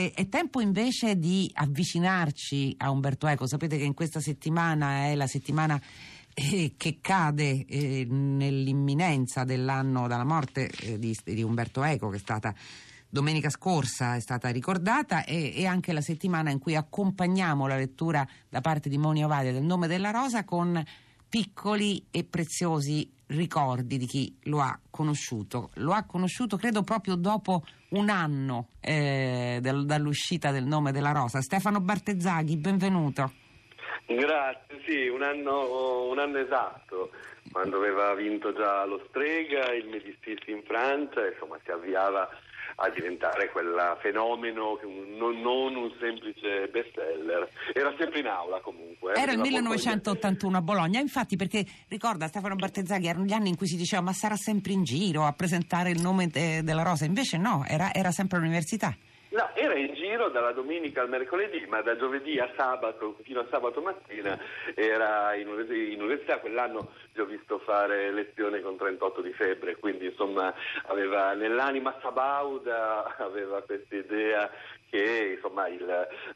È tempo invece di avvicinarci a Umberto Eco. Sapete che in questa settimana è la settimana che cade nell'imminenza dell'anno dalla morte di Umberto Eco, che è stata domenica scorsa, è stata ricordata, e anche la settimana in cui accompagniamo la lettura da parte di Moni Ovadia del Nome della Rosa con piccoli e preziosi ricordi di chi lo ha conosciuto. Lo ha conosciuto credo proprio dopo un anno dall'uscita del Nome della Rosa. Stefano Bartezzaghi, benvenuto. Grazie, sì, un anno esatto, quando aveva vinto già lo Strega, il Médicis in Francia, insomma si avviava a diventare quel fenomeno, non un semplice bestseller. Era sempre in aula comunque. Era il 1981 a Bologna, infatti, perché ricorda Stefano Bartezzaghi, erano gli anni in cui si diceva ma sarà sempre in giro a presentare il Nome della Rosa, invece no, era sempre all'università. No, era in giro dalla domenica al mercoledì, ma da giovedì a sabato, fino a sabato mattina, era in università. Quell'anno gli ho visto fare lezione con 38 di febbre, quindi insomma aveva nell'anima sabauda, aveva questa idea che insomma il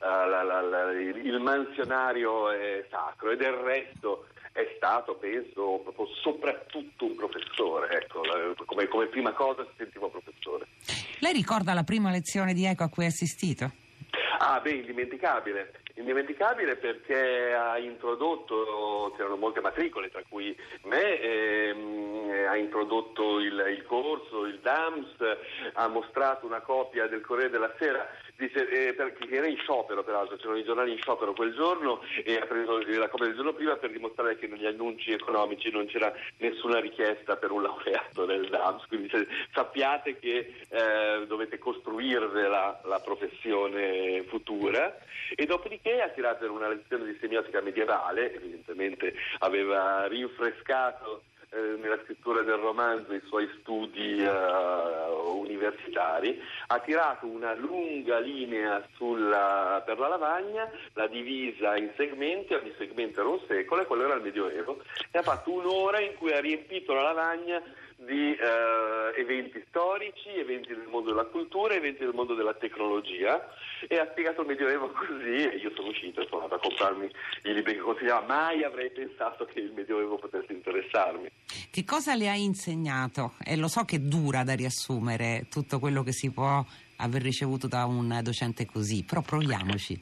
mansionario è sacro, e del resto è stato, penso, proprio soprattutto un professore, ecco, come prima cosa si sentiva professore. Lei ricorda la prima lezione di Eco a cui ha assistito? Ah, beh, indimenticabile perché ha introdotto, c'erano molte matricole, tra cui me, ha introdotto il corso, il DAMS, ha mostrato una copia del Corriere della Sera, perché era in sciopero, peraltro, c'erano i giornali in sciopero quel giorno, e ha preso la copia del giorno prima per dimostrare che negli annunci economici non c'era nessuna richiesta per un laureato del DAMS, quindi sappiate che dovete costruirvi la professione futura. E dopodiché ha tirato in una lezione di semiotica medievale, evidentemente aveva rinfrescato nella scrittura del romanzo i suoi studi universitari, ha tirato una lunga linea per la lavagna, l'ha divisa in segmenti, ogni segmento era un secolo, e quello era il Medioevo, e ha fatto un'ora in cui ha riempito la lavagna di eventi storici, eventi del mondo della cultura, eventi del mondo della tecnologia, e ha spiegato il Medioevo così, e io sono uscito e sono andato a comprarmi i libri che consigliava. Mai avrei pensato che il Medioevo potesse interessarmi. Che cosa le ha insegnato? E lo so che dura da riassumere tutto quello che si può aver ricevuto da un docente così, però proviamoci.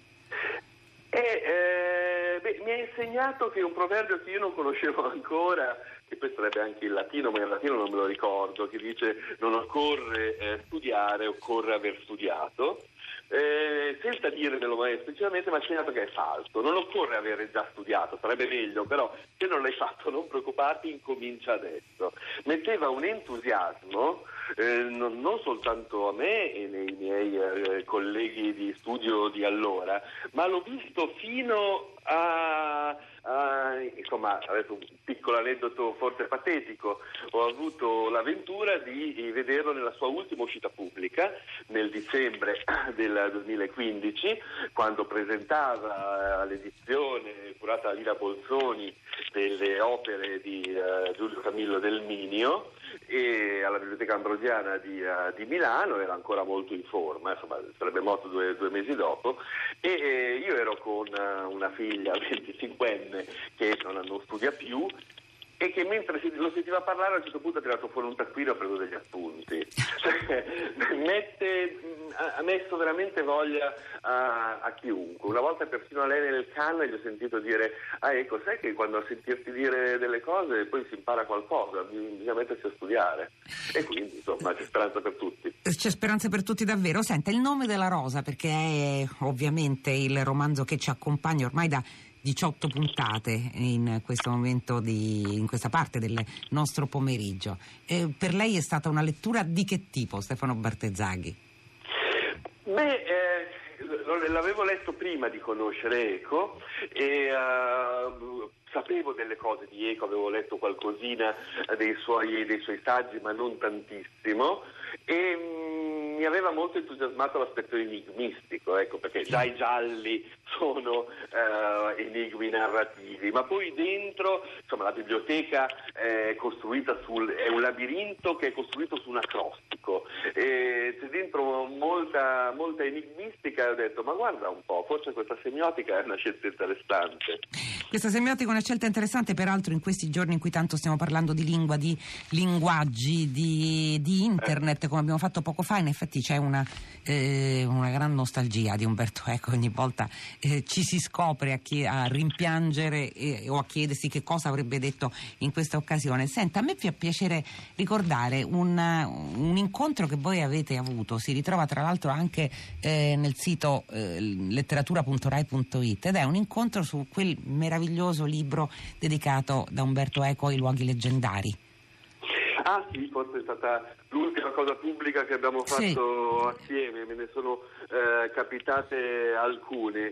Mi ha insegnato che un proverbio che io non conoscevo ancora, che poi sarebbe anche il latino, ma in latino non me lo ricordo, che dice non occorre studiare, occorre aver studiato. Senza dirmelo mai esplicitamente, mi ha insegnato che è falso. Non occorre avere già studiato, sarebbe meglio, però se non l'hai fatto non preoccuparti, incomincia adesso. Metteva un entusiasmo non soltanto a me e nei miei colleghi di studio di allora, ma l'ho visto fino insomma, adesso un piccolo aneddoto forse patetico, ho avuto l'avventura di vederlo nella sua ultima uscita pubblica nel dicembre del 2015, quando presentava l'edizione curata da Lina Bolzoni delle opere di Giulio Camillo del Minio, e alla Biblioteca Ambrosiana di Milano. Era ancora molto in forma, insomma sarebbe morto due mesi dopo, e io ero con una figlia 25enne che non studia più, e che mentre lo sentiva parlare a un certo punto ha tirato fuori un taccuino e ha preso degli appunti. Ha messo veramente voglia a chiunque. Una volta persino a lei nel Cannes gli ho sentito dire: ecco, sai che quando a sentirti dire delle cose poi si impara qualcosa, bisogna mettersi a studiare. E quindi insomma c'è speranza per tutti. C'è speranza per tutti davvero. Senta, Il Nome della Rosa, perché è ovviamente il romanzo che ci accompagna ormai da 18 puntate in questo momento, in questa parte del nostro pomeriggio. Per lei è stata una lettura di che tipo, Stefano Bartezzaghi? L'avevo letto prima di conoscere Eco, e sapevo delle cose di Eco, avevo letto qualcosina dei suoi saggi, ma non tantissimo, e mi aveva molto entusiasmato l'aspetto enigmistico, ecco, perché già i gialli sono enigmi narrativi, ma poi dentro, insomma, la biblioteca è costruita è un labirinto che è costruito su un acrostico, e c'è dentro molta enigmistica, e ho detto, ma guarda un po', forse questa semiotica è una scelta interessante. Questa semiotica è una scelta interessante, peraltro in questi giorni in cui tanto stiamo parlando di lingua, di linguaggi, di internet, come abbiamo fatto poco fa. In effetti c'è una gran nostalgia di Umberto Eco, ogni volta ci si scopre a rimpiangere o a chiedersi che cosa avrebbe detto in questa occasione. Senta, a me fa piacere ricordare un incontro che voi avete avuto, si ritrova tra l'altro anche nel sito letteratura.rai.it, ed è un incontro su quel meraviglioso libro dedicato da Umberto Eco ai luoghi leggendari. Ah sì, forse è stata l'ultima cosa pubblica che abbiamo fatto assieme, me ne sono capitate alcune.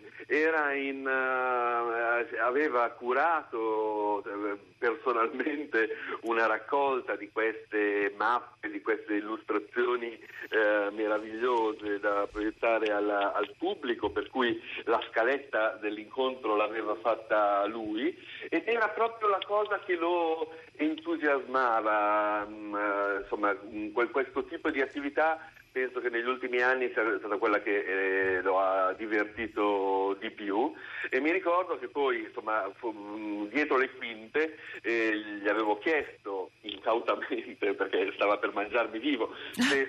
Aveva curato personalmente una raccolta di queste mappe, di queste illustrazioni meravigliose da proiettare al pubblico, per cui la scaletta dell'incontro l'aveva fatta lui, ed era proprio la cosa che lo entusiasmava, insomma, questo tipo di attività. Penso che negli ultimi anni sia stata quella che lo ha divertito di più, e mi ricordo che poi, insomma, dietro le quinte gli avevo chiesto incautamente, perché stava per mangiarmi vivo, se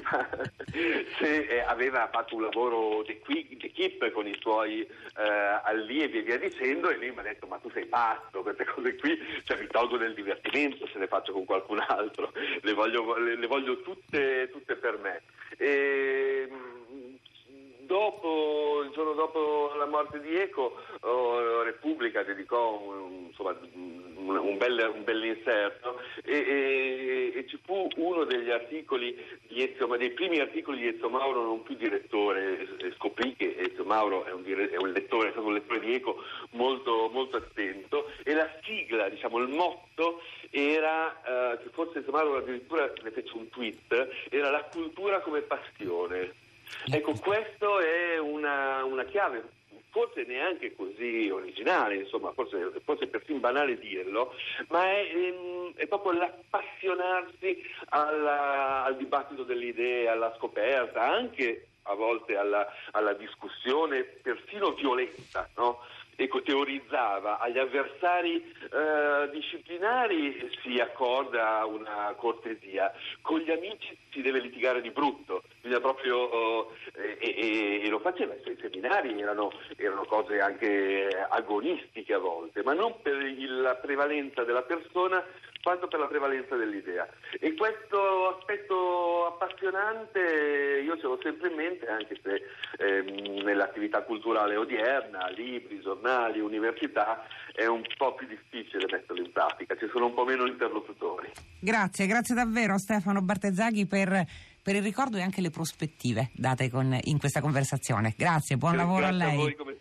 aveva fatto un lavoro d'equipe con i suoi allievi e via dicendo, e lui mi ha detto, ma tu sei pazzo, queste cose qui, cioè mi tolgo del divertimento se le faccio con qualcun altro, le voglio tutte per me. E il giorno dopo la morte di Eco, Repubblica dedicò un bell'inserto, e ci fu uno degli articoli dei primi articoli di Ezio Mauro, non più direttore, e scoprì che Ezio Mauro è stato un lettore di Eco molto, molto attento, e la sigla, diciamo il motto era che forse Ezio Mauro addirittura ne fece un tweet, era la cultura come passione. Ecco, questo è una chiave, forse neanche così originale, insomma, forse persino banale dirlo, ma è proprio l'appassionarsi al dibattito delle idee, alla scoperta, anche a volte alla discussione persino violenta, no? Ecco, teorizzava, agli avversari disciplinari si accorda una cortesia, con gli amici si deve litigare di brutto, bisogna proprio e lo faceva. I seminari erano cose anche agonistiche a volte, ma non per la prevalenza della persona quanto per la prevalenza dell'idea. E questo aspetto appassionante io ce l'ho sempre in mente, anche se nell'attività culturale odierna, libri, giornali, università, è un po' più difficile metterlo in pratica, ci sono un po' meno interlocutori. Grazie davvero Stefano Bartezzaghi per il ricordo e anche le prospettive date in questa conversazione. Grazie, buon lavoro a lei. Grazie a voi come